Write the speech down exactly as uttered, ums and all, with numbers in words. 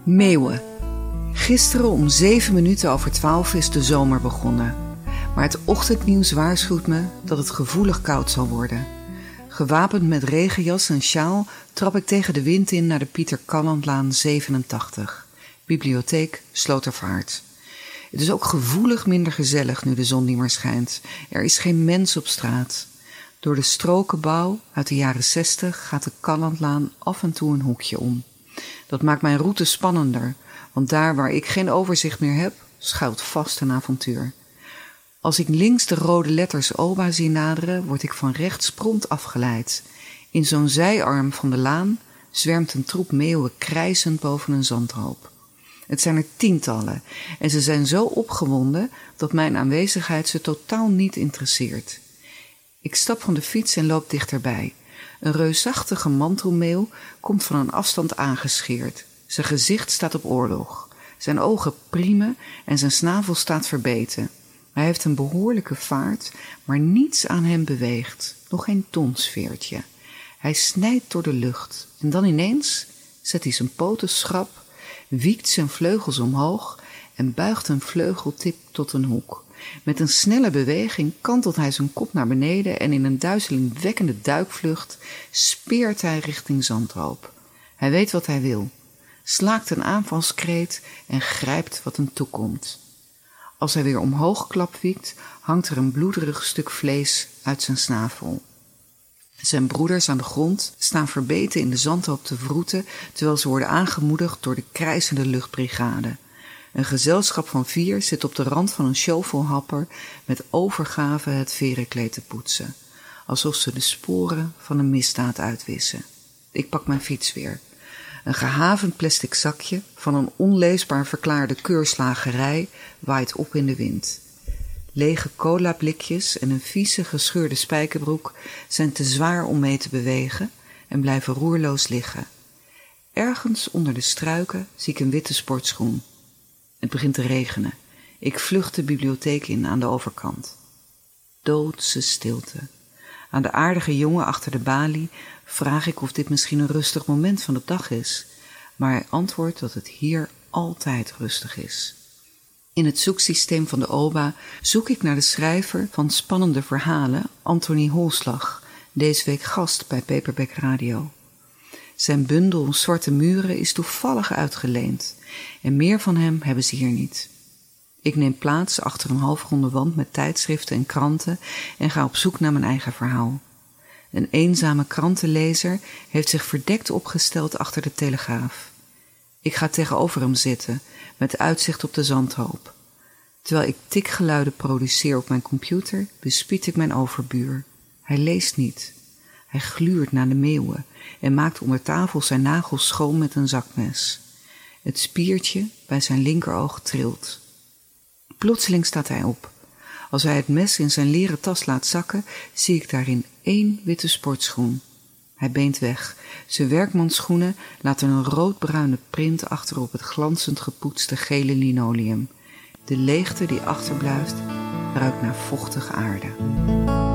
Meeuwen. Gisteren om zeven minuten over twaalf is de zomer begonnen. Maar het ochtendnieuws waarschuwt me dat het gevoelig koud zal worden. Gewapend met regenjas en sjaal trap ik tegen de wind in naar de Pieter Callandlaan zevenentachtig. Bibliotheek Slotervaart. Het is ook gevoelig minder gezellig nu de zon niet meer schijnt. Er is geen mens op straat. Door de strokenbouw uit de jaren zestig gaat de Callandlaan af en toe een hoekje om. Dat maakt mijn route spannender, want daar waar ik geen overzicht meer heb, schuilt vast een avontuur. Als ik links de rode letters Oba zie naderen, word ik van rechts prompt afgeleid. In zo'n zijarm van de laan zwermt een troep meeuwen krijzend boven een zandhoop. Het zijn er tientallen en ze zijn zo opgewonden dat mijn aanwezigheid ze totaal niet interesseert. Ik stap van de fiets en loop dichterbij. Een reusachtige mantelmeeuw komt van een afstand aangescheerd. Zijn gezicht staat op oorlog. Zijn ogen priemen en zijn snavel staat verbeten. Hij heeft een behoorlijke vaart, maar niets aan hem beweegt. Nog geen tonsveertje. Hij snijdt door de lucht en dan ineens zet hij zijn poten schrap, wiekt zijn vleugels omhoog en buigt een vleugeltip tot een hoek. Met een snelle beweging kantelt hij zijn kop naar beneden en in een duizelingwekkende duikvlucht speert hij richting zandhoop. Hij weet wat hij wil, slaakt een aanvalskreet en grijpt wat hem toekomt. Als hij weer omhoog klapwiekt, hangt er een bloederig stuk vlees uit zijn snavel. Zijn broeders aan de grond staan verbeten in de zandhoop te wroeten, terwijl ze worden aangemoedigd door de krijzende luchtbrigade. Een gezelschap van vier zit op de rand van een shovelhapper met overgave het verenkleed te poetsen, alsof ze de sporen van een misdaad uitwissen. Ik pak mijn fiets weer. Een gehavend plastic zakje van een onleesbaar verklaarde keurslagerij waait op in de wind. Lege colablikjes en een vieze gescheurde spijkerbroek zijn te zwaar om mee te bewegen en blijven roerloos liggen. Ergens onder de struiken zie ik een witte sportschoen. Het begint te regenen. Ik vlucht de bibliotheek in aan de overkant. Doodse stilte. Aan de aardige jongen achter de balie vraag ik of dit misschien een rustig moment van de dag is, maar hij antwoordt dat het hier altijd rustig is. In het zoeksysteem van de Oba zoek ik naar de schrijver van spannende verhalen, Anthony Holslag, deze week gast bij Paperback Radio. Zijn bundel Zwarte Muren is toevallig uitgeleend en meer van hem hebben ze hier niet. Ik neem plaats achter een halfronde wand met tijdschriften en kranten en ga op zoek naar mijn eigen verhaal. Een eenzame krantenlezer heeft zich verdekt opgesteld achter de Telegraaf. Ik ga tegenover hem zitten, met uitzicht op de zandhoop. Terwijl ik tikgeluiden produceer op mijn computer, bespied ik mijn overbuur. Hij leest niet. Hij gluurt naar de meeuwen en maakt onder tafel zijn nagels schoon met een zakmes. Het spiertje bij zijn linkeroog trilt. Plotseling staat hij op. Als hij het mes in zijn leren tas laat zakken, zie ik daarin één witte sportschoen. Hij beent weg. Zijn werkmansschoenen laten een roodbruine print achter op het glanzend gepoetste gele linoleum. De leegte die achterblijft ruikt naar vochtige aarde.